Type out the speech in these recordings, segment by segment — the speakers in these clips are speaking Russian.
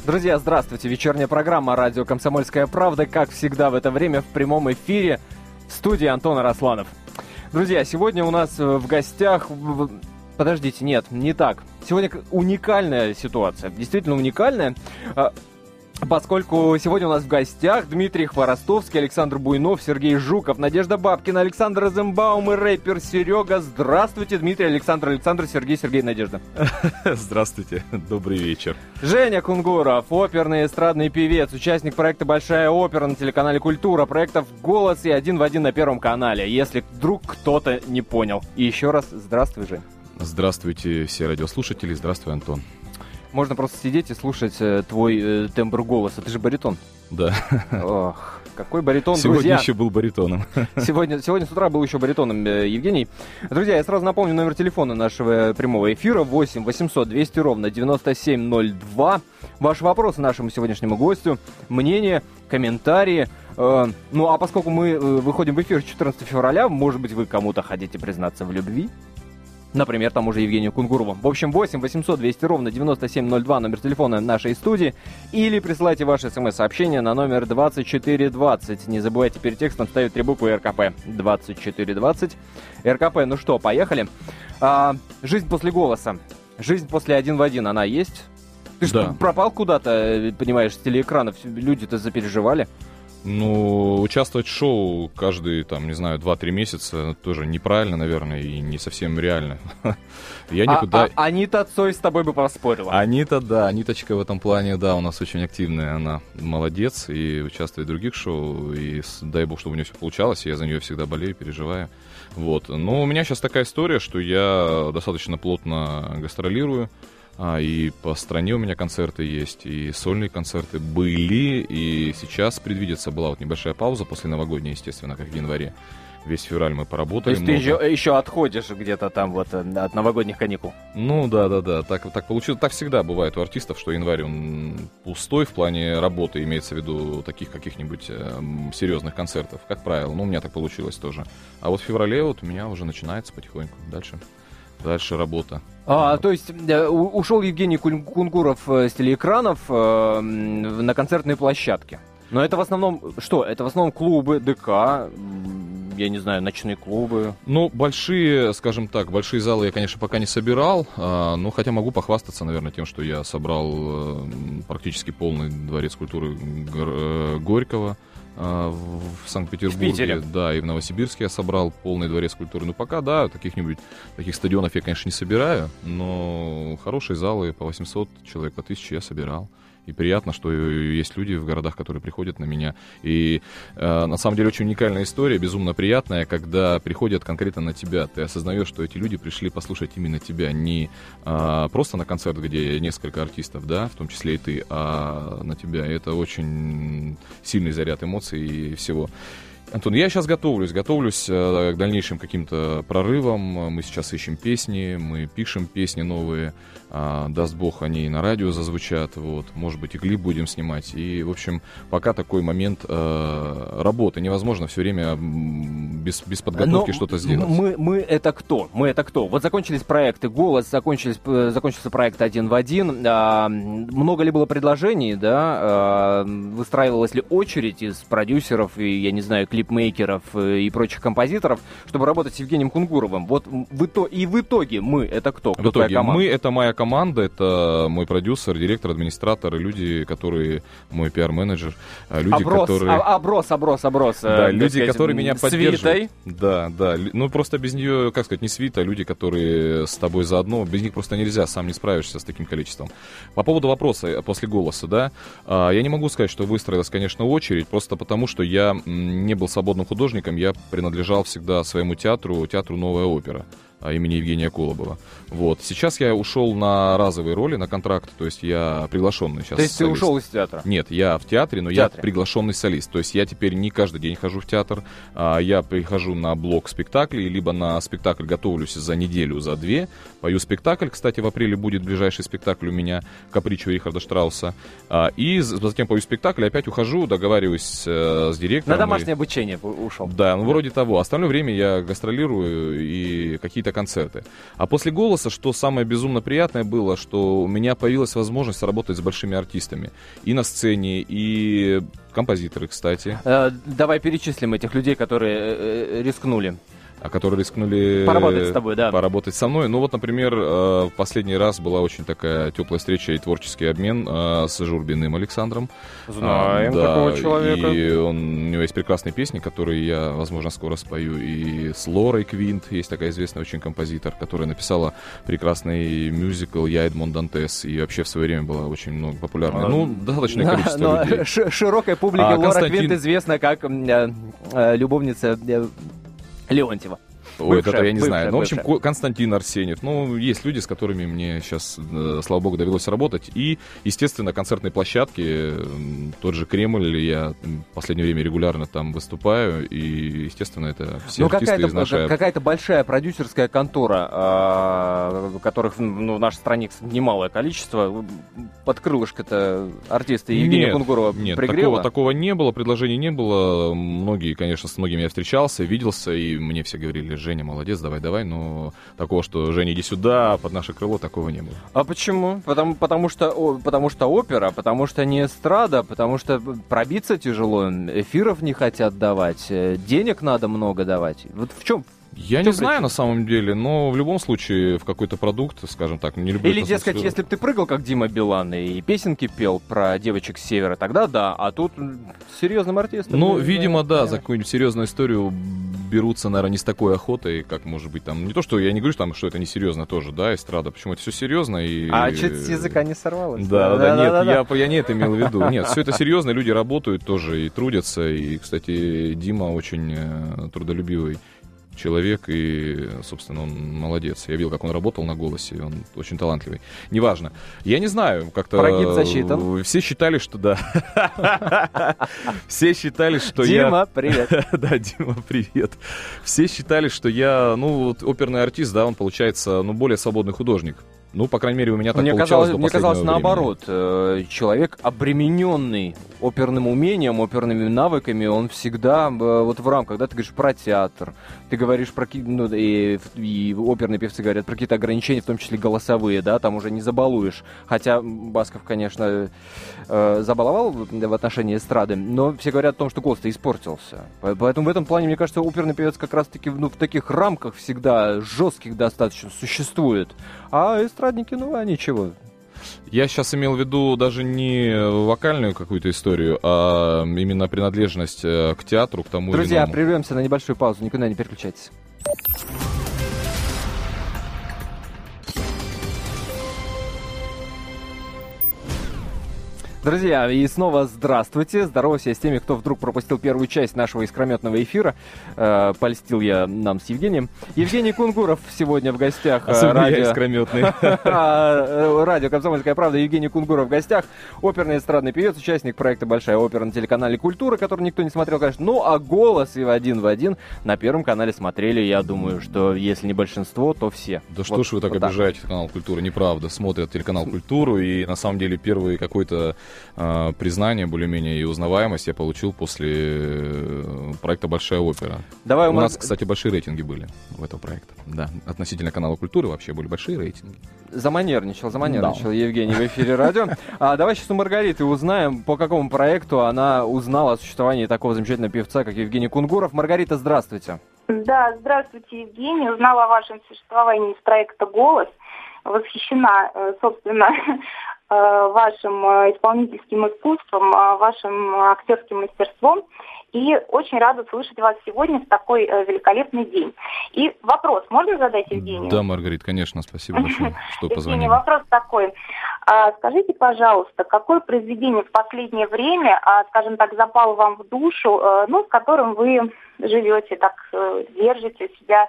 Друзья, здравствуйте. Вечерняя программа «Радио Комсомольская правда». Как всегда в это время в прямом эфире в студии Антон Арасланов. Друзья, сегодня у нас в гостях... Подождите, нет, не так. Сегодня уникальная ситуация, действительно уникальная. Поскольку сегодня у нас в гостях Дмитрий Хворостовский, Александр Буйнов, Сергей Жуков, Надежда Бабкина, Александр Розенбаум и рэпер Серега. Здравствуйте, Дмитрий, Александр, Сергей, Надежда. Здравствуйте, добрый вечер. Женя Кунгуров, оперный эстрадный певец, участник проекта «Большая опера» на телеканале «Культура», проектов «Голос» и «Один в один» на Первом канале, если вдруг кто-то не понял. И еще раз здравствуй, Жень. Здравствуйте, все радиослушатели, здравствуй, Антон. Можно просто сидеть и слушать твой тембр голоса. Ты же баритон. Да. Ох, какой баритон, сегодня друзья. Еще был баритоном. Сегодня с утра был еще баритоном Евгений. Друзья, я сразу напомню номер телефона нашего прямого эфира. 8 800 200 ровно 9702. Ваши вопросы нашему сегодняшнему гостю. Мнение, комментарии. Ну, а поскольку мы выходим в эфир 14 февраля, может быть, вы кому-то хотите признаться в любви? Например, тому же Евгению Кунгурову. В общем, 8 800 200 ровно 9702, номер телефона нашей студии. Или присылайте ваши смс-сообщения на номер 2420. Не забывайте перед текстом ставить 3 буквы РКП. 2420. РКП, ну что, поехали. Жизнь после голоса. Жизнь после один в один, она есть? Ты что, пропал куда-то, понимаешь, с телеэкранов? Люди-то запереживали. Ну, участвовать в шоу каждые, там, не знаю, 2-3 месяца тоже неправильно, наверное, и не совсем реально. Я никуда... Анита Цой с тобой бы поспорила. Анита, да, Аниточка в этом плане, да, у нас очень активная, она молодец, и участвует в других шоу, и дай бог, чтобы у нее все получалось, я за нее всегда болею, переживаю. Вот. Но у меня сейчас такая история, что я достаточно плотно гастролирую. И по стране у меня концерты есть, и сольные концерты были, и сейчас предвидится, была вот небольшая пауза после новогодней, естественно, как в январе. Весь февраль мы поработали. То есть ты еще отходишь где-то там вот от новогодних каникул? Ну да, так получилось. Так всегда бывает у артистов, что январь он пустой в плане работы, имеется в виду таких каких-нибудь серьезных концертов, как правило. Ну, у меня так получилось тоже. А вот в феврале вот у меня уже начинается потихоньку дальше работа. То есть ушел Евгений Кунгуров с телеэкранов на концертные площадки. Но это в основном что? Это в основном клубы, ДК, я не знаю, ночные клубы. Ну, большие, скажем так, большие залы я, конечно, пока не собирал, но хотя могу похвастаться, наверное, тем, что я собрал практически полный дворец культуры Горького. В Санкт-Петербурге, да, и в Новосибирске я собрал полный дворец культуры. Ну, пока, да, таких стадионов я, конечно, не собираю, но хорошие залы по 800 человек, по 1000 я собирал. И приятно, что есть люди в городах, которые приходят на меня. И на самом деле очень уникальная история, безумно приятная, когда приходят конкретно на тебя. Ты осознаешь, что эти люди пришли послушать именно тебя. Не просто на концерт, где несколько артистов, да, в том числе и ты, а на тебя. И это очень сильный заряд эмоций и всего. Антон, я сейчас готовлюсь к дальнейшим каким-то прорывам. Мы сейчас ищем песни, мы пишем песни новые. Даст бог, они и на радио зазвучат. Вот. Может быть, и клип будем снимать. И, в общем, пока такой момент работы. Невозможно все время без подготовки что-то сделать. Мы это кто? Вот закончились проекты «Голос», закончился проект «Один в один». Много ли было предложений, да? Выстраивалась ли очередь из продюсеров и, я не знаю, клипмейкеров и прочих композиторов, чтобы работать с Евгением Кунгуровым? Вот в итоге мы это кто? В итоге мы — это моя команда, это мой продюсер, директор, администратор, и люди, которые... Мой пиар-менеджер, люди, которые... Оброс. Да, люди, сказать, которые меня поддерживают. Свитой. Да. Ну, просто без нее, как сказать, не свита, люди, которые с тобой заодно. Без них просто нельзя, сам не справишься с таким количеством. По поводу вопроса после «Голоса», да, я не могу сказать, что выстроилась, конечно, очередь, просто потому, что я не был свободным художником, я принадлежал всегда своему театру «Новая опера» имени Евгения Колобова. Вот. Сейчас я ушел на разовые роли, на контракт, то есть я приглашенный сейчас. То есть солист. Ты ушел из театра? Нет, я в театре, но я приглашенный солист. То есть я теперь не каждый день хожу в театр, я прихожу на блок спектаклей, либо на спектакль готовлюсь за неделю, за 2. Пою спектакль, кстати, в апреле будет ближайший спектакль у меня, «Капричо» Рихарда Штрауса. И затем пою спектакль, опять ухожу, договариваюсь с директором. На домашнее обучение ушел? Да, ну вроде того. Остальное время я гастролирую и какие-то какие-то концерты. А после «Голоса», что самое безумно приятное было, что у меня появилась возможность работать с большими артистами. И на сцене, и композиторы, кстати. Давай перечислим этих людей, которые рискнули. Которые рискнули поработать с тобой, да. Поработать со мной. Ну вот, например, в последний раз была очень такая теплая встреча и творческий обмен с Журбиным Александром. Знаем такого человека. И у него есть прекрасные песни, которые я, возможно, скоро спою. И с Лорой Квинт есть такая известная очень композитор, которая написала прекрасный мюзикл «Я Эдмон Дантес». И вообще в свое время была очень много популярной. Достаточное количество людей. Широкой публике Лора Квинт известна как любовница Леонтьева. Ой, это я не знаю. Ну, в общем, Константин Арсеньев. Ну, есть люди, с которыми мне сейчас, слава богу, довелось работать. И, естественно, концертные площадки, тот же Кремль, я в последнее время регулярно там выступаю. И, естественно, это все артисты из нашей... Какая-то большая продюсерская контора, которых в нашей стране немалое количество, под крылышко-то артисты Евгения Кунгурова пригрела? Нет, такого не было, предложений не было. Многие, конечно, с многими я встречался, виделся, и мне все говорили: Женя, молодец, давай, но такого, что Женя, иди сюда, под наше крыло, такого не было. А почему? Потому что опера, потому что не эстрада, потому что пробиться тяжело, эфиров не хотят давать, денег надо много давать. Вот в чем? Я не знаю на самом деле, но в любом случае в какой-то продукт, скажем так, не люблю... Или, дескать, если бы ты прыгал, как Дима Билан, и песенки пел про девочек с севера, тогда да, а тут серьезным артистом... Ну, видимо, да, за какую-нибудь серьезную историю берутся, наверное, не с такой охотой, как, может быть, там... Не то, что я не говорю, что это не серьезно тоже, да, эстрада, почему это все серьезно и... А чуть с языка не сорвалось. Да, нет, я не это имел в виду. Нет, все это серьезно, люди работают тоже и трудятся, и, кстати, Дима очень трудолюбивый человек, и, собственно, он молодец. Я видел, как он работал на «Голосе», он очень талантливый. Неважно. Я не знаю, как-то... Прогиб засчитан. Все считали, что да. Все считали, что я... Дима, привет. Да, Дима, привет. Все считали, что я, оперный артист, да, он получается, более свободный художник. Ну, по крайней мере, у меня так получалось до последнего времени. Мне казалось, наоборот. Человек, обремененный оперным умением, оперными навыками, он всегда вот в рамках, да, ты говоришь про театр, ты говоришь про... и оперные певцы говорят про какие-то ограничения, в том числе голосовые, да, там уже не забалуешь. Хотя Басков, конечно, забаловал в отношении эстрады, но все говорят о том, что голос-то испортился. Поэтому в этом плане, мне кажется, оперный певец как раз-таки в таких рамках всегда жестких достаточно существует. А эстрадники, они чего? Я сейчас имел в виду даже не вокальную какую-то историю, а именно принадлежность к театру, к тому или иному. Друзья, прервемся на небольшую паузу, никуда не переключайтесь. Друзья, и снова здравствуйте. Здороваюсь я с теми, кто вдруг пропустил первую часть нашего искрометного эфира. Польстил я нам с Евгением. Евгений Кунгуров сегодня в гостях. Радио искрометный. Радио «Комсомольская правда». Евгений Кунгуров в гостях. Оперный эстрадный певец, участник проекта «Большая опера» на телеканале «Культура», который никто не смотрел, конечно. Ну, а «Голос» и в один на Первом канале смотрели. Я думаю, что если не большинство, то все. Да что ж вы так обижаете канал «Культура»? Неправда. Смотрят телеканал «Культуру», и на самом деле первый какой-то признание, более-менее, и узнаваемость я получил после проекта «Большая опера». У нас, кстати, большие рейтинги были у этого проекта. Да, относительно канала «Культуры» вообще были большие рейтинги. Заманерничал Евгений в эфире радио. Давай сейчас у Маргариты узнаем, по какому проекту она узнала о существовании такого замечательного певца, как Евгений Кунгуров. Маргарита, здравствуйте. Да, здравствуйте, Евгений. Узнала о вашем существовании из проекта «Голос». Восхищена, собственно, вашим исполнительским искусством, вашим актерским мастерством. И очень рада слышать вас сегодня в такой великолепный день. И вопрос можно задать Евгению? Да, Маргарита, конечно, спасибо большое, что позвонили. Евгений, вопрос такой. Скажите, пожалуйста, какое произведение в последнее время, скажем так, запало вам в душу, с которым вы живете, так держите себя,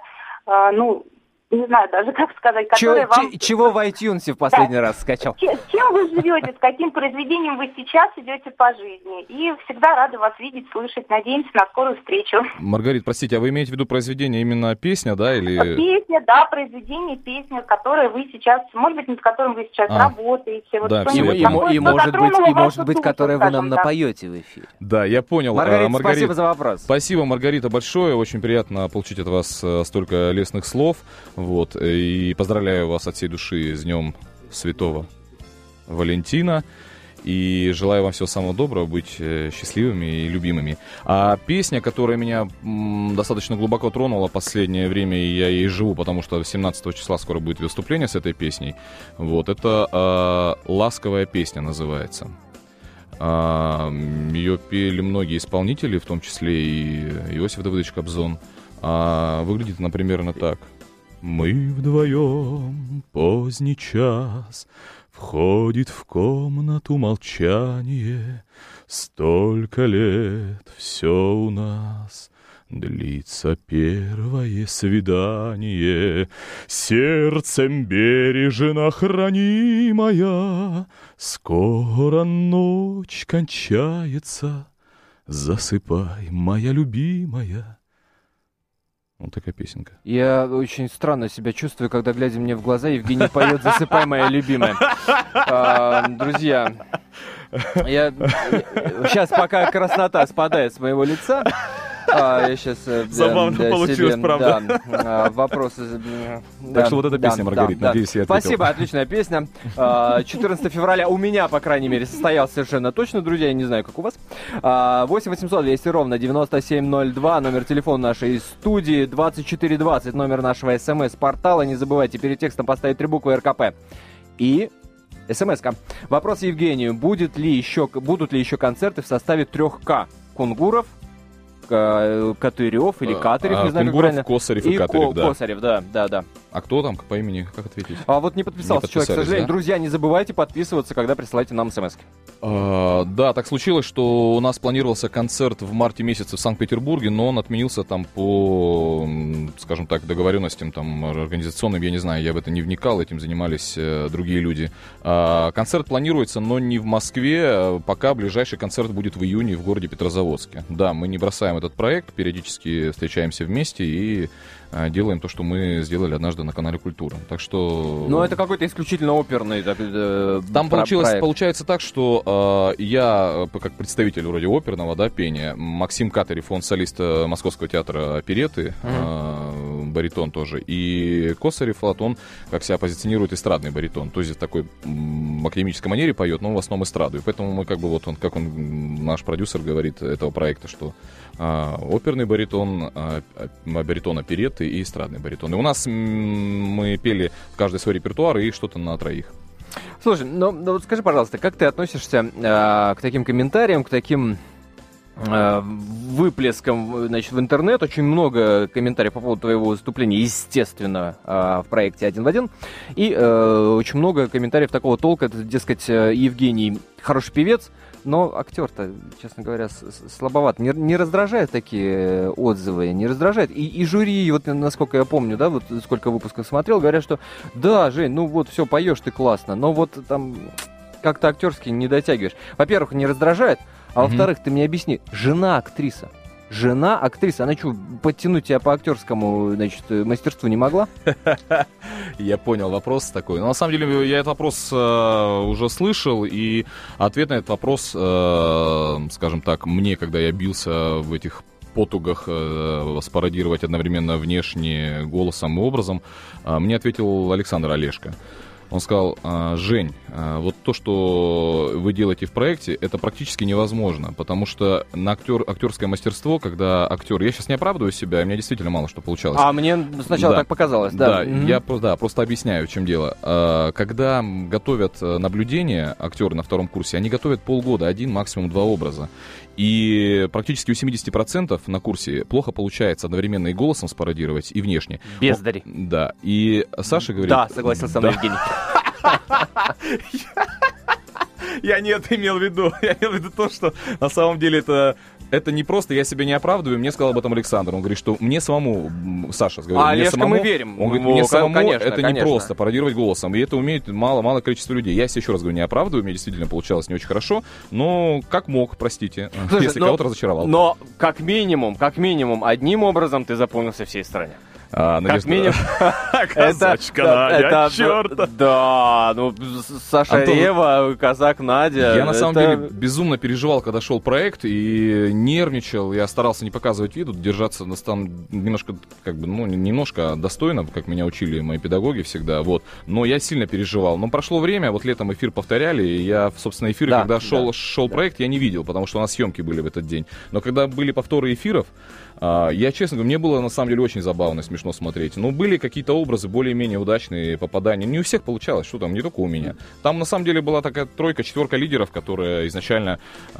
не знаю даже, как сказать, которое вам... Чего в iTunes в последний раз скачал? Чем вы живете, с каким произведением вы сейчас идете по жизни? И всегда рада вас видеть, слышать. Надеемся на скорую встречу. Маргарита, простите, а вы имеете в виду произведение именно песня, да? Или... Песня, да, произведение, песня, которое вы сейчас, может быть, над которым вы сейчас работаете. Вот да, и может быть, которое вы нам напоете в эфире. Да, я понял. Маргарита, спасибо за вопрос. Спасибо, Маргарита, большое. Очень приятно получить от вас столько лестных слов. Вот, и поздравляю вас от всей души с Днем Святого Валентина. И желаю вам всего самого доброго, быть счастливыми и любимыми. А песня, которая меня достаточно глубоко тронула в последнее время, и я ей живу, потому что 17 числа скоро будет выступление с этой песней. Вот, это «Ласковая песня» называется. Ее пели многие исполнители, в том числе и Иосиф Давыдович Кобзон. Выглядит она примерно так. «Мы вдвоем, поздний час, входит в комнату молчание. Столько лет все у нас, длится первое свидание. Сердцем бережно хранимая, скоро ночь кончается. Засыпай, моя любимая». Вот такая песенка. Я очень странно себя чувствую, когда, глядя мне в глаза, Евгений поет «Засыпай, моя любимая». Друзья, сейчас пока краснота спадает с моего лица, я сейчас... Забавно получилось, правда. Вопросы... Так что вот эта песня, Маргарита, надеюсь, я ответил. Спасибо, отличная песня. 14 февраля у меня, по крайней мере, состоялся совершенно точно, друзья, я не знаю, как у вас. 8 800 200 ровно 9702, номер телефона нашей студии, 2420, номер нашего СМС-портала. Не забывайте перед текстом поставить 3 буквы РКП. И... СМС-ка. Вопрос Евгению. Будут ли еще концерты в составе 3К? Кунгуров, Катырев или Катырев, не знаю, Кунгуров, как правильно. Косарев и Катырев, да. Косарев, да. А кто там по имени, как ответить? Вот не подписался человек, к сожалению. Да? Друзья, не забывайте подписываться, когда присылаете нам смс-ки. Да, так случилось, что у нас планировался концерт в марте месяце в Санкт-Петербурге, но он отменился там по, скажем так, договоренностям там организационным, я не знаю, я в это не вникал, этим занимались другие люди. Концерт планируется, но не в Москве, пока ближайший концерт будет в июне в городе Петрозаводске. Да, мы не бросаем этот проект, периодически встречаемся вместе и делаем то, что мы сделали однажды на канале «Культура». Так что... Ну, это какой-то исключительно оперный... Там получается так, что я, как представитель вроде оперного, да, пения, Максим Катырев, он солист Московского театра оперетты, баритон тоже, и Косарев, он, как себя позиционирует, эстрадный баритон, то есть в такой академической манере поет, но в основном эстраду. И поэтому мы как бы вот он, как он, наш продюсер говорит этого проекта, что оперный баритон, баритон оперетты и эстрадный баритон. И у нас мы пели каждый свой репертуар и что-то на троих. Слушай, ну вот скажи, пожалуйста, как ты относишься к таким комментариям, к таким выплескам, значит, в интернет? Очень много комментариев по поводу твоего выступления, естественно, в проекте «Один в один». И очень много комментариев такого толка, дескать, Евгений хороший певец, но актер-то, честно говоря, слабоват. Не раздражают такие отзывы, не раздражает. И жюри, вот насколько я помню, да, вот сколько выпусков смотрел, говорят, что да, Жень, ну вот все, поешь ты классно, но вот там как-то актерски не дотягиваешь. Во-первых, не раздражает, а во-вторых, ты мне объясни, жена актриса, она что, подтянуть тебя по актерскому, значит, мастерству не могла? Я понял вопрос такой. Но на самом деле я этот вопрос уже слышал, и ответ на этот вопрос, скажем так, мне, когда я бился в этих потугах спародировать одновременно внешне голосом и образом, мне ответил Александр Олешко. Он сказал: Жень, вот то, что вы делаете в проекте, это практически невозможно, потому что на актерское мастерство, когда актер... Я сейчас не оправдываю себя, у меня действительно мало что получалось. А мне сначала так показалось, да. Я просто объясняю, в чем дело. Когда готовят наблюдение актеры на втором курсе, они готовят полгода, 1, максимум 2 образа. И практически у 70% на курсе плохо получается одновременно и голосом спародировать, и внешне. Бездари. Да. И Саша говорит... Да, согласился со мной Евгений. Я не это имел в виду. Я имел в виду то, что на самом деле это не просто, я себя не оправдываю, мне сказал об этом Александр. Он говорит, что мне самому, Саша говорит, мне Олежка самому... мы верим. Он говорит, мне самому это не просто пародировать голосом. И это умеет мало количество людей. Я себя еще раз говорю, не оправдываю, мне действительно получалось не очень хорошо. Но как мог, простите, если кого-то разочаровал. Но как минимум, одним образом ты запомнился всей стране. Как минимум. Казачка Надя, черт! Да, ну, Саша Рева, казак Надя. Я на самом деле безумно переживал, когда шел проект, и нервничал. Я старался не показывать виду, держаться там немножко, как бы, ну, немножко достойно, как меня учили мои педагоги всегда, вот. Но я сильно переживал. Но прошло время, вот летом эфир повторяли, и я, собственно, эфиры, когда шел проект, я не видел, потому что у нас съемки были в этот день. Но когда были повторы эфиров, я, честно говоря, мне было, на самом деле, очень забавно и смешно смотреть. Но были какие-то образы более-менее удачные попадания. Не у всех получалось, что там, не только у меня. Там, на самом деле, была такая тройка-четверка лидеров, которые изначально,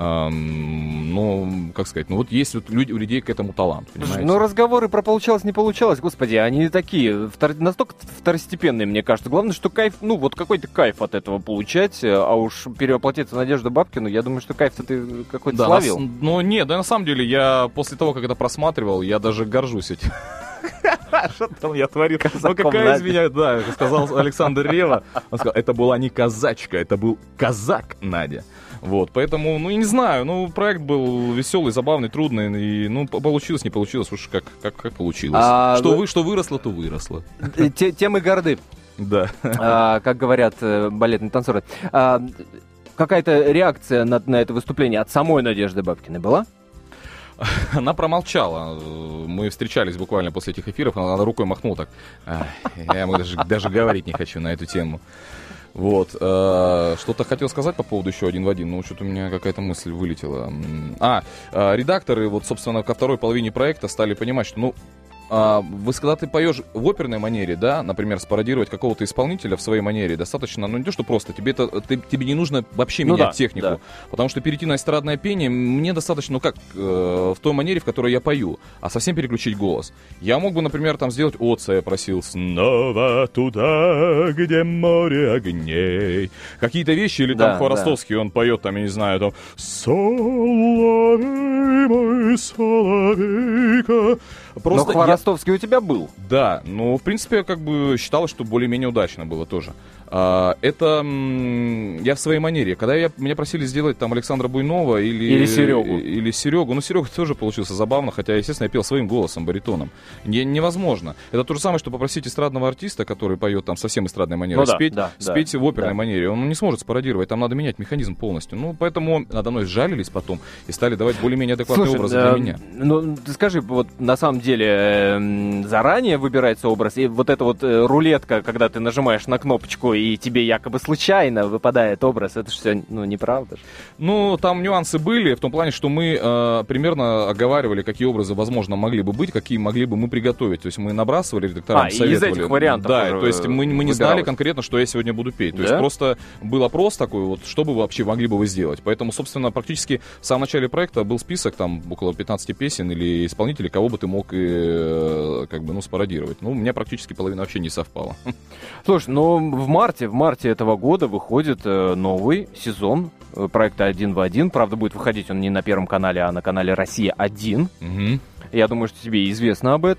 ну, как сказать, ну, вот есть вот у людей к этому талант, понимаете? Ну, разговоры про получалось, не получалось, господи, они такие, настолько второстепенные, мне кажется. Главное, что кайф, ну, вот какой-то кайф от этого получать, а уж перевоплотиться в Надежду Бабкину, я думаю, что кайф-то ты какой-то словил. Ну, нет, да, на самом деле, я после того, как это просматривал, я даже горжусь этим. Что там я творил? Ну, какая из меня, да, сказал Александр Рева. Он сказал, это была не казачка, это был казак Надя. Вот, поэтому, ну, не знаю, ну, проект был веселый, забавный, трудный, и, ну, получилось, не получилось, уж как получилось. Что выросло, то выросло. Темы горды. Да. Как говорят балетные танцоры. Какая-то реакция на это выступление от самой Надежды Бабкиной была? Она промолчала. Мы встречались буквально после этих эфиров, она рукой махнула так. Я даже говорить не хочу на эту тему. Вот. Что-то хотел сказать по поводу еще один в один, но что-то у меня какая-то мысль вылетела. Редакторы, вот, собственно, ко второй половине проекта стали понимать, что, ну, когда ты поешь в оперной манере, да, например, спародировать какого-то исполнителя в своей манере, достаточно, ну не то, что просто, тебе не нужно вообще менять технику, потому что перейти на эстрадное пение мне достаточно, ну как, в той манере, в которой я пою, а совсем переключить голос. Я мог бы, например, там сделать «Отца я просил снова туда, где море огней». Какие-то вещи, или там Хворостовский, он поет там, я не знаю, там «Соловей мой, соловейка». Просто но Хворостовский у тебя был. Да, ну, в принципе, я как бы считал, что более-менее удачно было тоже. Это я в своей манере. Когда меня просили сделать там Александра Буйнова или Серегу. Ну, Серега тоже получился забавно, хотя, естественно, я пел своим голосом, баритоном. Невозможно. Это то же самое, что попросить эстрадного артиста, который поет там совсем эстрадной манерой, спеть в оперной манере. Он не сможет спародировать, там надо менять механизм полностью. Ну, поэтому надо мной сжалились потом и стали давать более-менее адекватные образы для меня. Ну, ты скажи, вот на самом деле заранее выбирается образ, и вот эта вот рулетка, когда ты нажимаешь на кнопочку, и тебе якобы случайно выпадает образ, это же все, ну, неправда же. Ну, там нюансы были, в том плане, что мы примерно оговаривали, какие образы, возможно, могли бы быть, какие могли бы мы приготовить. То есть мы набрасывали, редакторам советовали. Из этих вариантов. Да, то есть мы не знали конкретно, что я сегодня буду петь. То есть просто был опрос такой, вот, что бы вообще могли бы вы сделать. Поэтому, собственно, практически в самом начале проекта был список, там, около 15 песен или исполнителей, кого бы ты мог как бы, ну, спародировать. Ну, у меня практически половина вообще не совпала. Слушай, ну, в марте этого года выходит новый сезон проекта «Один в один». Правда, будет выходить он не на Первом канале, а на канале «Россия-1». Угу. Я думаю, что тебе известно об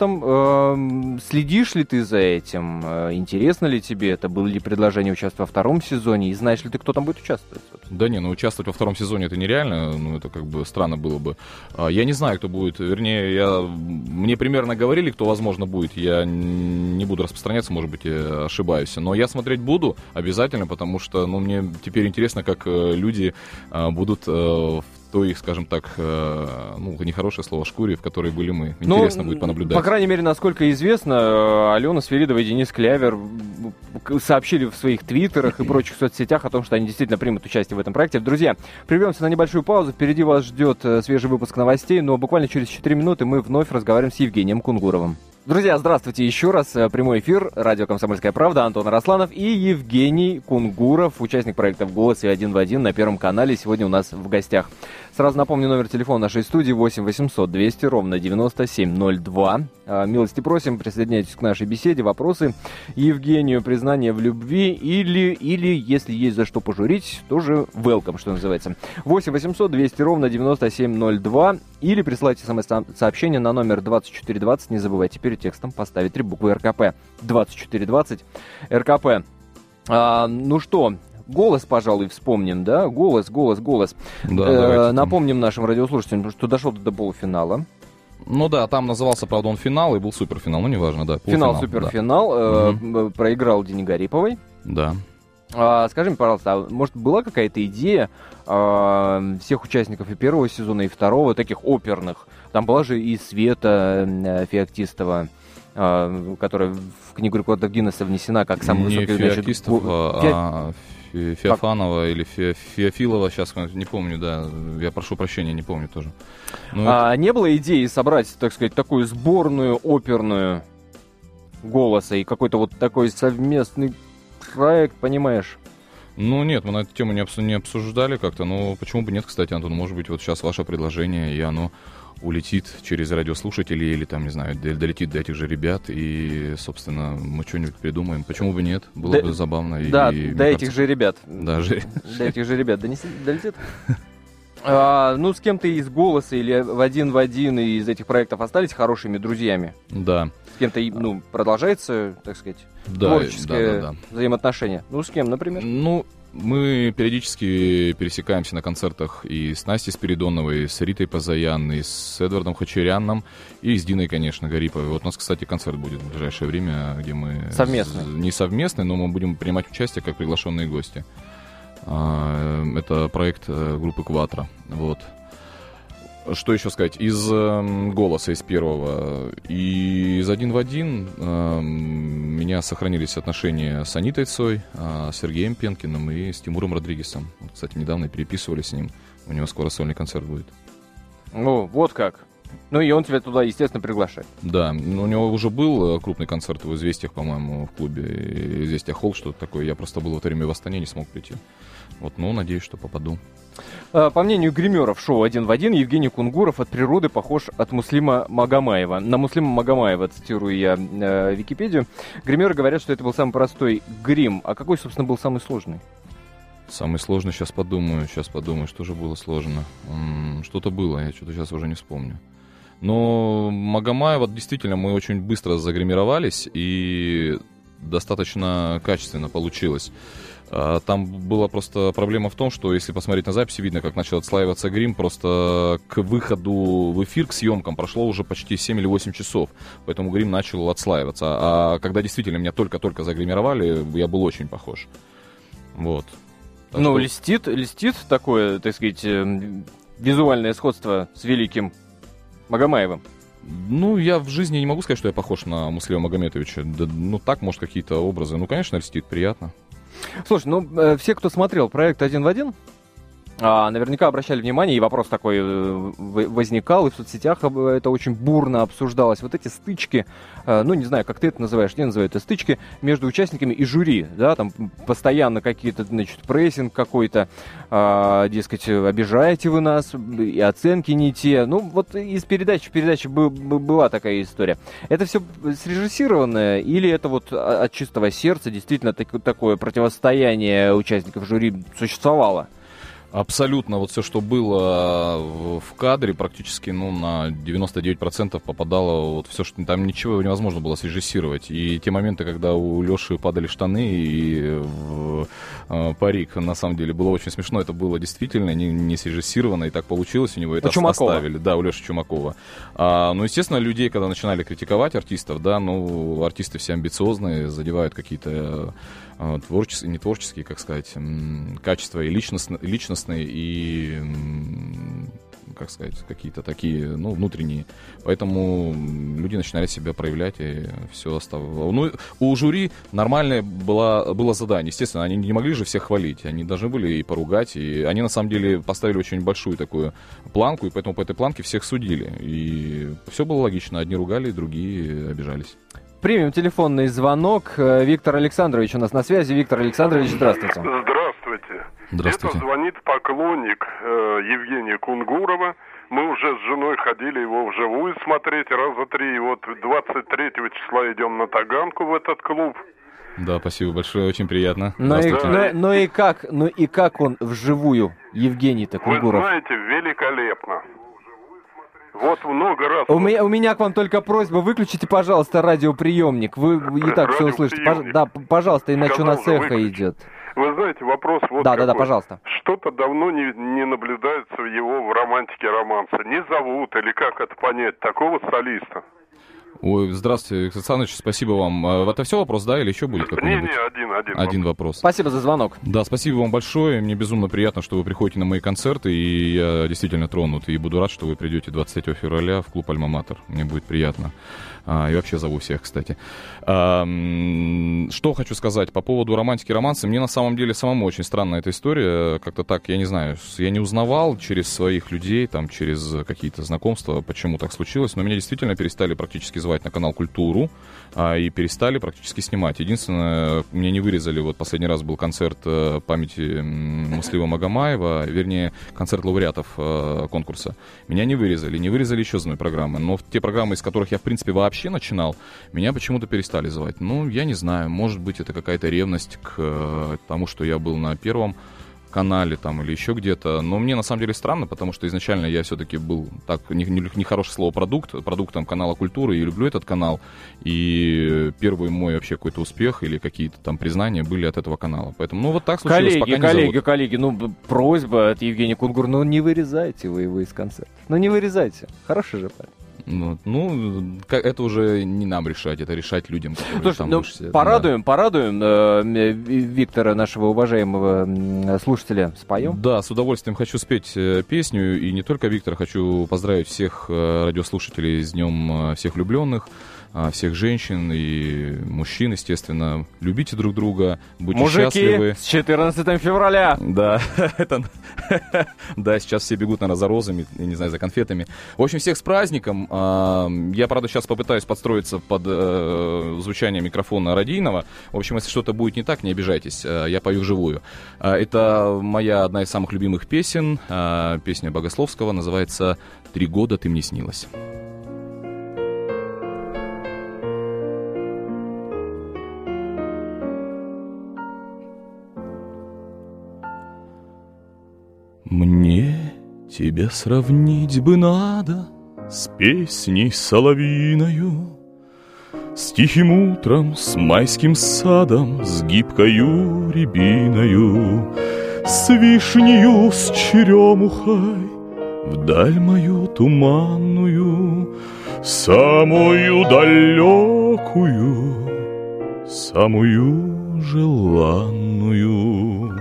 этом. Следишь ли ты за этим? Интересно ли тебе это? Было ли предложение участвовать во втором сезоне? И знаешь ли ты, кто там будет участвовать? Да не, ну участвовать во втором сезоне это нереально. Ну, это как бы странно было бы. Я не знаю, кто будет. Вернее, мне примерно говорили, кто, возможно, будет. Я не буду распространяться, может быть, я ошибаюсь. Но я смотреть буду обязательно, потому что, ну, мне теперь интересно, как люди будут в той их, скажем так, ну, нехорошее слово, шкуре, в которой были мы. Интересно будет понаблюдать. По крайней мере, насколько известно, Алена Свиридова и Денис Клявер сообщили в своих твиттерах и прочих соцсетях о том, что они действительно примут участие в этом проекте. Друзья, прервемся на небольшую паузу. Впереди вас ждет свежий выпуск новостей, но буквально через 4 минуты мы вновь разговариваем с Евгением Кунгуровым. Друзья, здравствуйте еще раз. Прямой эфир, радио «Комсомольская правда», Антон Арасланов и Евгений Кунгуров, участник проекта «В голос» и «Один в один» на Первом канале. Сегодня у нас в гостях. Сразу напомню номер телефона нашей студии 8 800 200 ровно 9702. Милости просим, присоединяйтесь к нашей беседе. Вопросы Евгению, признание в любви или если есть за что пожурить, тоже welcome, что называется. 8 800 200 ровно 9702 или присылайте смс-сообщение на номер 2420. Не забывайте перед текстом поставить 3 буквы РКП. 2420 РКП. Ну что, голос, пожалуй, вспомним, да? Голос. Да, Напомним нашим радиослушателям, что дошел до полуфинала. Ну да, там назывался, правда, он финал, и был суперфинал, ну неважно, да. Финал, суперфинал. Проиграл Дине Гариповой. Да. Скажи мне, пожалуйста, а может была какая-то идея всех участников и первого сезона, и второго, таких оперных? Там была же и Света Феоктистова, которая в Книгу рекордов Гиннесса внесена как самый высокий... Не Феоктистова, Феофанова или Феофилова, сейчас не помню, да, я прошу прощения, не помню тоже. Не было идеи собрать, так сказать, такую сборную оперную голоса и какой-то вот такой совместный проект, понимаешь? Ну нет, мы на эту тему не обсуждали как-то, но почему бы нет, кстати, Антон, может быть, вот сейчас ваше предложение, и оно улетит через радиослушателей или там, не знаю, долетит до этих же ребят, и, собственно, мы что-нибудь придумаем. Почему бы нет? Было бы забавно. Да, до этих же ребят. До этих же ребят. Долетит? С кем-то из «Голоса» или в один из этих проектов остались хорошими друзьями? Да. С кем-то, продолжается, так сказать, творческое взаимоотношение? С кем, например? Мы периодически пересекаемся на концертах и с Настей Спиридоновой, и с Ритой Пазаян, и с Эдвардом Хачеряном, и с Диной, конечно, Гариповой. Вот у нас, кстати, концерт будет в ближайшее время, где мы... Совместный? Не совместный, но мы будем принимать участие как приглашенные гости. Это проект группы «Кватро». Вот. Что еще сказать? Из «Голоса», из первого, и из «Один в один» у меня сохранились отношения с Анитой Цой, с Сергеем Пенкиным и с Тимуром Родригесом. Вот, кстати, недавно переписывались с ним. У него скоро сольный концерт будет. Вот как. И он тебя туда, естественно, приглашает. Да, у него уже был крупный концерт в «Известиях», по-моему, в клубе «Известия Холл», что-то такое. Я просто был во время восстания, не смог прийти. Вот, надеюсь, что попаду. По мнению гримеров шоу «Один в один», Евгений Кунгуров от природы похож от Муслима Магомаева. На Муслима Магомаева, цитирую я Википедию. Гримеры говорят, что это был самый простой грим. А какой, собственно, был самый сложный? Самый сложный, сейчас подумаю, что же было сложно. Что-то было, я что-то сейчас уже не вспомню. Но Магомаева, действительно, мы очень быстро загримировались, и достаточно качественно получилось. Там была просто проблема в том, что если посмотреть на записи, видно, как начал отслаиваться грим, просто к выходу в эфир, к съемкам прошло уже почти 7 или 8 часов, поэтому грим начал отслаиваться. А когда действительно меня только-только загримировали, я был очень похож. Вот. Льстит такое, так сказать, визуальное сходство с великим Магомаевым. Я в жизни не могу сказать, что я похож на Муслима Магометовича. Да, так, может, какие-то образы. Конечно, льстит, приятно. Слушай, все, кто смотрел проект «Один в один», наверняка обращали внимание, и вопрос такой возникал, и в соцсетях это очень бурно обсуждалось. Вот эти стычки, не знаю, как ты это называешь, я называю это стычки между участниками и жюри, да, там постоянно какие-то, прессинг какой-то, дескать, обижаете вы нас, и оценки не те. Из передачи в передачу была такая история. Это все срежиссированное, или это вот от чистого сердца действительно такое противостояние участников жюри существовало? Абсолютно. Вот все, что было в кадре, практически на 99% попадало вот все, что там ничего невозможно было срежиссировать. И те моменты, когда у Леши падали штаны и парик, на самом деле, было очень смешно. Это было действительно не срежиссировано, и так получилось у него. Это оставили. Да, у Леши Чумакова. Естественно, людей, когда начинали критиковать артистов, да, артисты все амбициозные, задевают какие-то не творческие, как сказать, качества и личностные, и, как сказать, какие-то такие, внутренние. Поэтому люди начинали себя проявлять, и все оставалось. У жюри нормальное было задание. Естественно, они не могли же всех хвалить. Они должны были и поругать. И они, на самом деле, поставили очень большую такую планку, и поэтому по этой планке всех судили. И все было логично. Одни ругали, другие обижались. Примем телефонный звонок. Виктор Александрович у нас на связи. Виктор Александрович, здравствуйте. Здравствуйте. Это звонит поклонник Евгения Кунгурова. Мы уже с женой ходили его вживую смотреть раза 3. И вот 23 числа идем на Таганку в этот клуб. Да, спасибо большое, очень приятно. И как он вживую, Евгений-то Кунгуров? Вы знаете, великолепно. Вот много раз... У меня к вам только просьба, выключите, пожалуйста, радиоприемник. Вы и так все услышите. Да, пожалуйста, иначе у нас эхо идет. Вы знаете, вопрос вот Да, какой. да, пожалуйста. Что-то давно не наблюдается в его в романтике романса. Не зовут, или как это понять, такого солиста? Ой, здравствуйте, Виктор Александрович, спасибо вам. Это все вопрос, да, или еще будет какой-нибудь? Один вопрос. Спасибо за звонок. Да, спасибо вам большое. Мне безумно приятно, что вы приходите на мои концерты, и я действительно тронут. И буду рад, что вы придете 23 февраля в клуб «Альма-Матер». Мне будет приятно. И вообще зову всех, кстати. Что хочу сказать по поводу романтики романса. Мне на самом деле самому очень странная эта история. Как-то так, я не знаю, я не узнавал через своих людей, там, через какие-то знакомства, почему так случилось. Но меня действительно перестали практически звать на канал «Культуру» и перестали практически снимать. Единственное, мне не вырезали, вот последний раз был концерт памяти Муслима Магомаева, вернее, концерт лауреатов конкурса. Меня не вырезали еще из моей программы. Но те программы, из которых я, в принципе, вообще начинал, меня почему-то перестали звать. Ну, я не знаю, может быть, это какая-то ревность к тому, что я был на Первом канале там или еще где-то. Но мне на самом деле странно, потому что изначально я все-таки был, так, нехорошее слово, продуктом канала «Культуры», и люблю этот канал. И первый мой вообще какой-то успех или какие-то там признания были от этого канала. Поэтому, ну, вот так случилось, Коллеги, ну, просьба от Евгения Кунгура, ну, не вырезайте вы его из концерта. Ну, не вырезайте. Хороший же парень. Ну, это уже не нам решать, это решать людям, которые Слушай, там ну, порадуем Виктора, нашего уважаемого слушателя, споем? Да, с удовольствием хочу спеть песню, и не только Виктора, хочу поздравить всех радиослушателей с Днем всех влюбленных, всех женщин и мужчин, естественно. Любите друг друга, будьте счастливы. Мужики, с 14 февраля! Да, да, сейчас все бегут, наверное, за розами, я не знаю, за конфетами. В общем, всех с праздником. Я, правда, сейчас попытаюсь подстроиться под звучание микрофона радийного. В общем, если что-то будет не так, не обижайтесь, я пою вживую. Это моя одна из самых любимых песен, песня Богословского, называется «3 года ты мне снилась». Мне тебя сравнить бы надо с песней соловьиною, с тихим утром, с майским садом, с гибкою рябиною, с вишнею, с черемухой, вдаль мою туманную, самую далекую, самую желанную.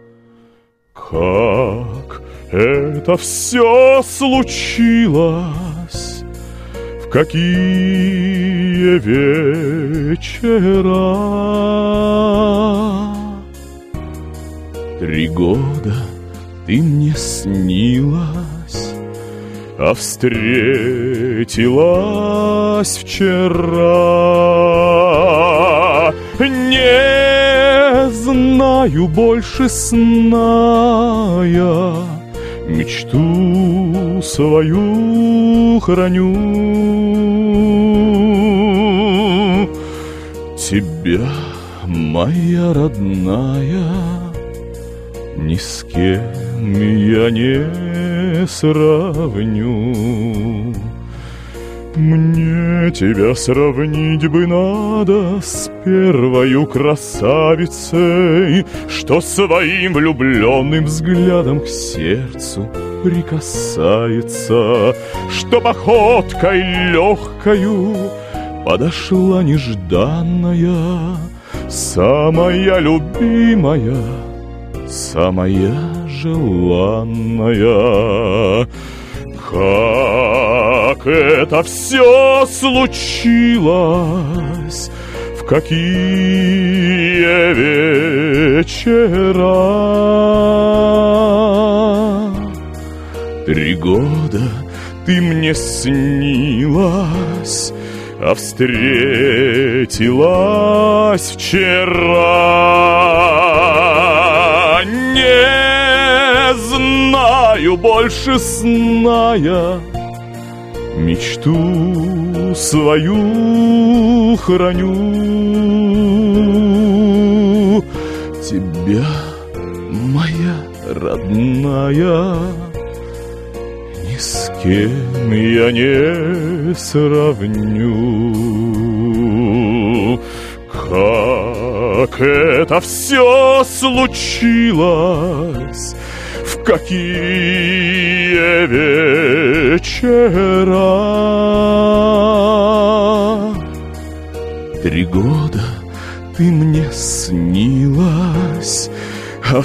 Как это все случилось, в какие вечера? 3 года ты мне снилась, а встретилась вчера. Не знаю больше сна я, мечту свою храню. Тебя, моя родная, ни с кем я не сравню. Мне тебя сравнить бы надо с первою красавицей, что своим влюбленным взглядом к сердцу прикасается, что походкой легкою подошла нежданная, самая любимая, самая желанная. Как это все случилось, в какие вечера? 3 года ты мне снилась, а встретилась вчера. Не знаю больше сна я, мечту свою храню. Тебя, моя родная, ни с кем я не сравню. Как как это все случилось, в какие вечера. 3 года ты мне снилась, а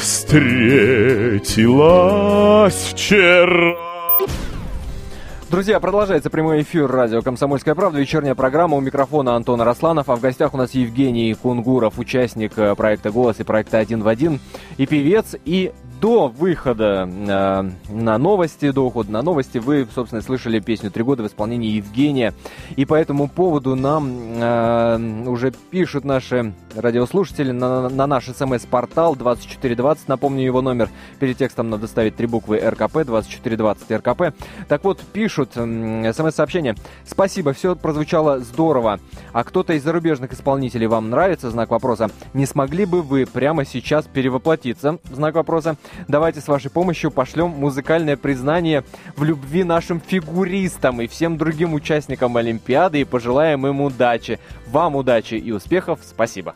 встретилась вчера. Друзья, продолжается прямой эфир радио «Комсомольская правда», вечерняя программа, у микрофона Антон Арасланов, а в гостях у нас Евгений Кунгуров, участник проекта «Голос» и проекта «Один в один», и певец, и до выхода на новости, до ухода на новости, вы, собственно, слышали песню «3 года» в исполнении Евгения. И по этому поводу нам уже пишут наши радиослушатели на наш СМС-портал 2420. Напомню его номер. Перед текстом надо ставить 3 буквы РКП, 2420 РКП. Так вот, пишут СМС-сообщение. Спасибо, все прозвучало здорово. А кто-то из зарубежных исполнителей вам нравится? Знак вопроса. Не смогли бы вы прямо сейчас перевоплотиться? Знак вопроса. Давайте с вашей помощью пошлем музыкальное признание в любви нашим фигуристам и всем другим участникам Олимпиады и пожелаем им удачи. Вам удачи и успехов. Спасибо.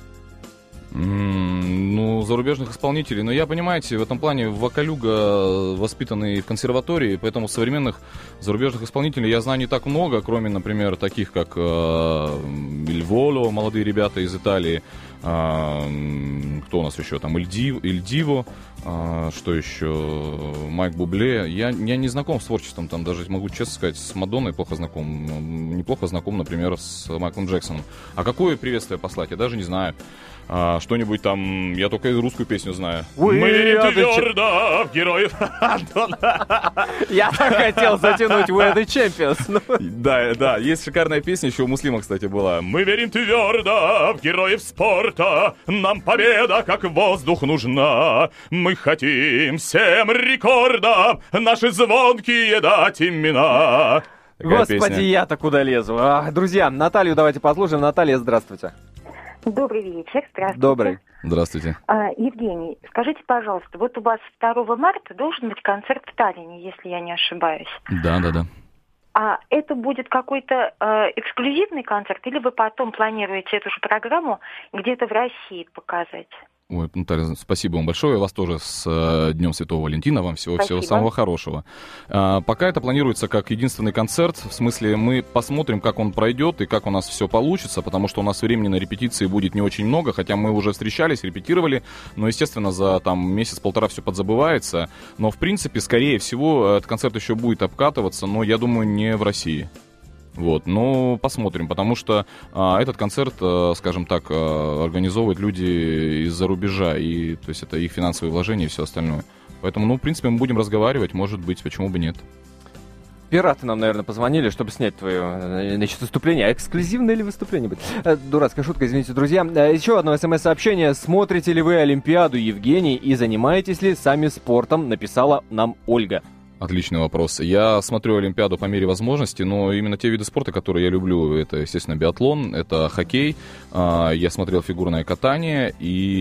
Ну, зарубежных исполнителей. Но я, понимаете, в этом плане вокалюга, воспитанный в консерватории, поэтому современных зарубежных исполнителей я знаю не так много, кроме, например, таких, как Иль Воло, молодые ребята из Италии. Кто у нас еще там? Иль Диво, что еще? Майк Бубле. Я не знаком с творчеством, там даже могу честно сказать, с Мадонной плохо знаком. Неплохо знаком, например, с Майклом Джексоном. А какое приветствие послать, я даже не знаю. Что-нибудь там, я только русскую песню знаю. Мы твердо в героев. Я так хотел затянуть We the Champions. Да, есть шикарная песня, еще у Муслима, кстати, была. Мы верим твердо в героев спорта, нам победа как воздух нужна. Мы хотим всем рекордам наши звонкие дать имена. Господи, я-то куда лезу. Друзья, Наталью давайте послушаем. Наталья, здравствуйте. Добрый вечер, здравствуйте. Добрый. Здравствуйте. Евгений, скажите, пожалуйста, вот у вас 2 марта должен быть концерт в Таллине, если я не ошибаюсь. Да. А это будет какой-то эксклюзивный концерт, или вы потом планируете эту же программу где-то в России показать? Ой, Наталья, спасибо вам большое. Вас тоже с Днем Святого Валентина. Вам всего самого хорошего. Пока это планируется как единственный концерт. В смысле, мы посмотрим, как он пройдет и как у нас все получится, потому что у нас времени на репетиции будет не очень много, хотя мы уже встречались, репетировали, но, естественно, за там месяц-полтора все подзабывается. Но, в принципе, скорее всего, этот концерт еще будет обкатываться, но, я думаю, не в России. Вот, но посмотрим, потому что этот концерт, скажем так, организовывают люди из-за рубежа, и то есть это их финансовые вложения и все остальное. Поэтому, в принципе, мы будем разговаривать, может быть, почему бы нет. Пираты нам, наверное, позвонили, чтобы снять твое, выступление. А эксклюзивное ли выступление будет? Дурацкая шутка, извините, друзья. Еще одно СМС-сообщение. Смотрите ли вы Олимпиаду, Евгений, и занимаетесь ли сами спортом? Написала нам Ольга. Отличный вопрос. Я смотрю Олимпиаду по мере возможности, но именно те виды спорта, которые я люблю, это, естественно, биатлон, это хоккей, я смотрел фигурное катание,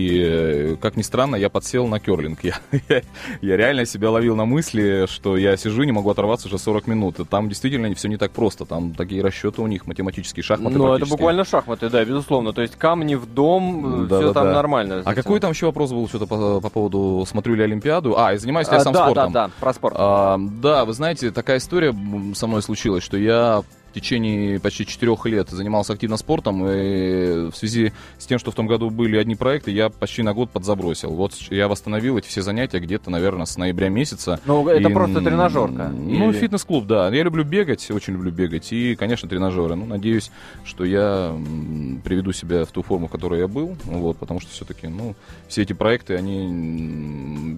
и, как ни странно, я подсел на керлинг. Я реально себя ловил на мысли, что я сижу и не могу оторваться уже 40 минут. Там действительно все не так просто, там такие расчеты у них, математические шахматы. Ну, это буквально шахматы, да, безусловно. То есть камни в дом, все там нормально. А какой там еще вопрос был что-то по поводу, смотрю ли Олимпиаду? И занимаюсь ли я сам спортом? Да, про спорт. Да, вы знаете, такая история со мной случилась, что я в течение почти 4 лет занимался активно спортом, и в связи с тем, что в том году были одни проекты, я почти на год подзабросил. Вот я восстановил эти все занятия где-то, наверное, с ноября месяца. Ну, это просто тренажерка? Ну, фитнес-клуб, да. Я люблю бегать, очень люблю бегать, и, конечно, тренажеры. Ну, надеюсь, что я приведу себя в ту форму, в которой я был, вот, потому что все-таки, все эти проекты, они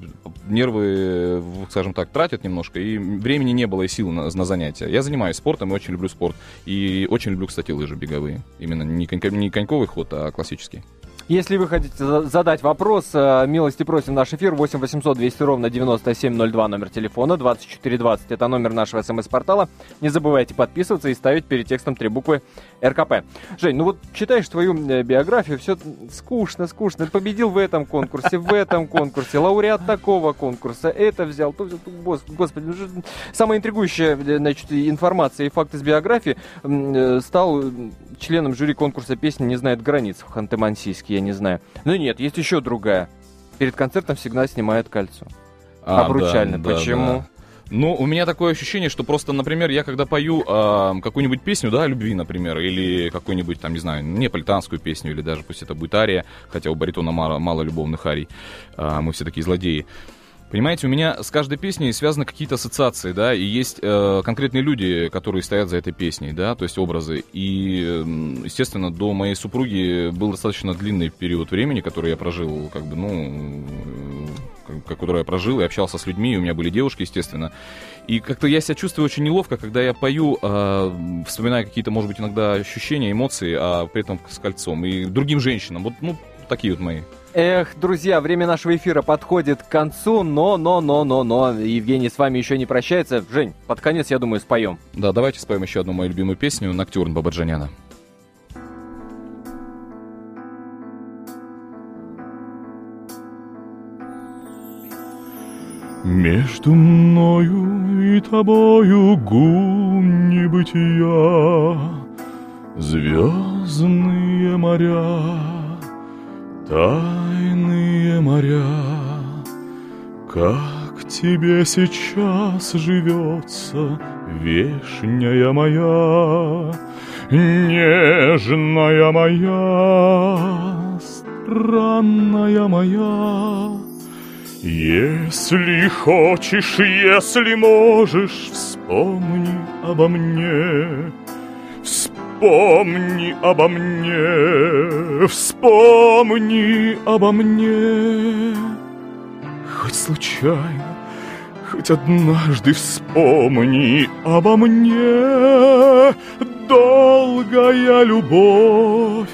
нервы, скажем так, тратят немножко, и времени не было и сил на занятия. Я занимаюсь спортом и очень люблю спорт. И очень люблю, кстати, лыжи беговые. Именно не коньковый ход, а классический. Если вы хотите задать вопрос, милости просим наш эфир 8 800 200 ровно 9702, номер телефона, 2420, это номер нашего СМС-портала. Не забывайте подписываться и ставить перед текстом 3 буквы РКП. Жень, вот читаешь твою биографию, все скучно. Победил в этом конкурсе, лауреат такого конкурса, это взял, то взял. Господи, самая интригующая, информация и факт из биографии. Стал членом жюри конкурса «Песни не знает границ» в Ханты-Мансийске. Я не знаю. Но нет, есть еще другая. Перед концертом всегда снимают кольцо. Обручальное. Да, Почему? Да. Ну, у меня такое ощущение, что просто, например, я когда пою какую-нибудь песню, да, о любви, например, или какую-нибудь, там, не знаю, неаполитанскую песню, или даже пусть это будет ария, хотя у баритона мало любовных арий, мы все такие злодеи. Понимаете, у меня с каждой песней связаны какие-то ассоциации, да, и есть конкретные люди, которые стоят за этой песней, да, то есть образы. И, естественно, до моей супруги был достаточно длинный период времени, который я прожил, как бы, ну, который я прожил и общался с людьми, и у меня были девушки, естественно. И как-то я себя чувствую очень неловко, когда я пою, вспоминая какие-то, может быть, иногда ощущения, эмоции, а при этом с кольцом. И другим женщинам, вот, ну, такие вот мои. Эх, друзья, время нашего эфира подходит к концу, но, Евгений с вами еще не прощается. Жень, под конец, я думаю, споем. Да, давайте споем еще одну мою любимую песню «Ноктюрн» Бабаджаняна. Между мною и тобою гум небытия, звездные моря, тайные моря. Как тебе сейчас живется, вешняя моя, нежная моя, странная моя? Если хочешь, если можешь, вспомни обо мне, вспомни обо мне, вспомни обо мне. Хоть случайно, хоть однажды вспомни обо мне, долгая любовь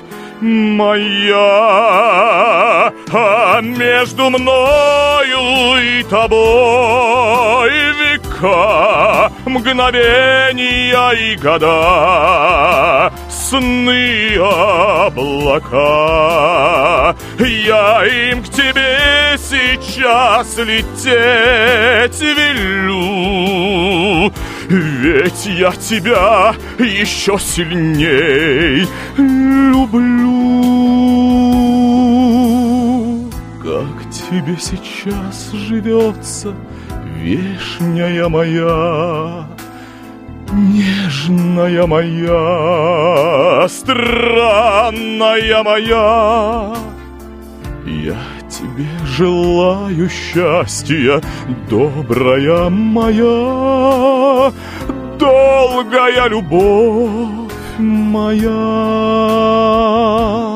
моя, а между мною и тобой века, мгновения и года, сны облака. Я им к тебе сейчас лететь велю, ведь я тебя еще сильней люблю. Как тебе сейчас живется, вешняя моя, нежная моя, странная моя? Я тебе желаю счастья, добрая моя, долгая любовь моя.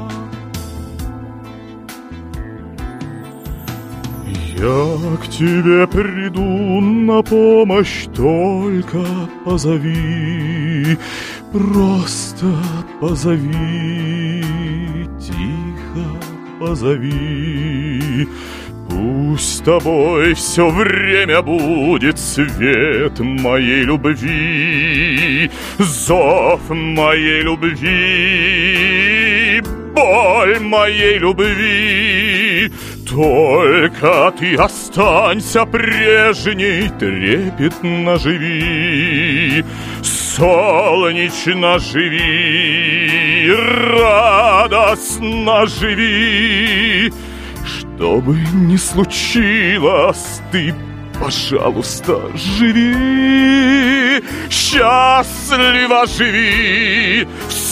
Я к тебе приду на помощь, только позови, просто позови, тихо позови. Пусть с тобой все время будет свет моей любви, зов моей любви, боль моей любви. Только ты останься прежней, трепетно живи, солнечно живи, радостно живи. Что бы ни случилось, ты, пожалуйста, живи, счастливо живи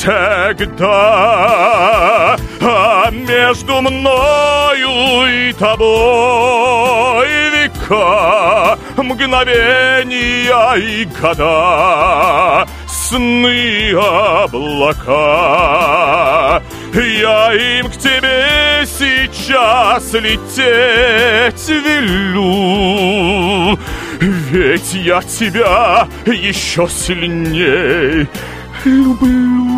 всегда. А между мною и тобой века, мгновения и года, сны облака. Я им к тебе сейчас лететь велю, ведь я тебя еще сильней люблю.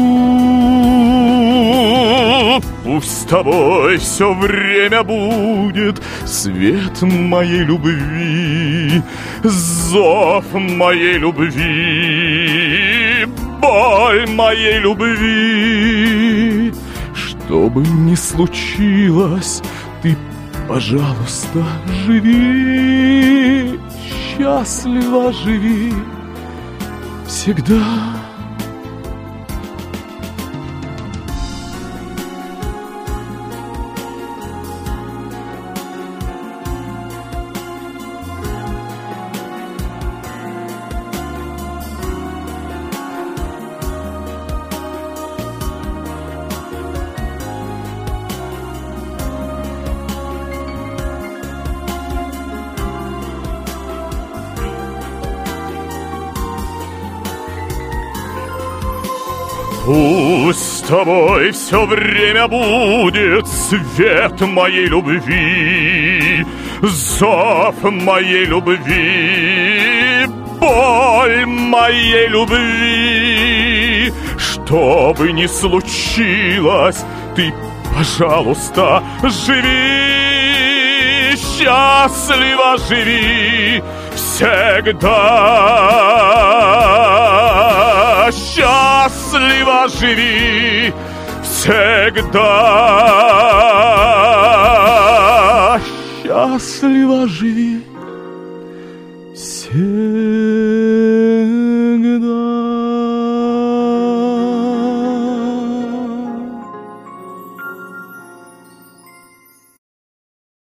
Пусть с тобой все время будет свет моей любви, зов моей любви, боль моей любви. Что бы ни случилось, ты, пожалуйста, живи, счастливо живи всегда. Пусть с тобой все время будет свет моей любви, зов моей любви, боль моей любви. Что бы ни случилось, ты, пожалуйста, живи, счастливо живи всегда. Счастливо живи всегда. Счастливо живи всегда.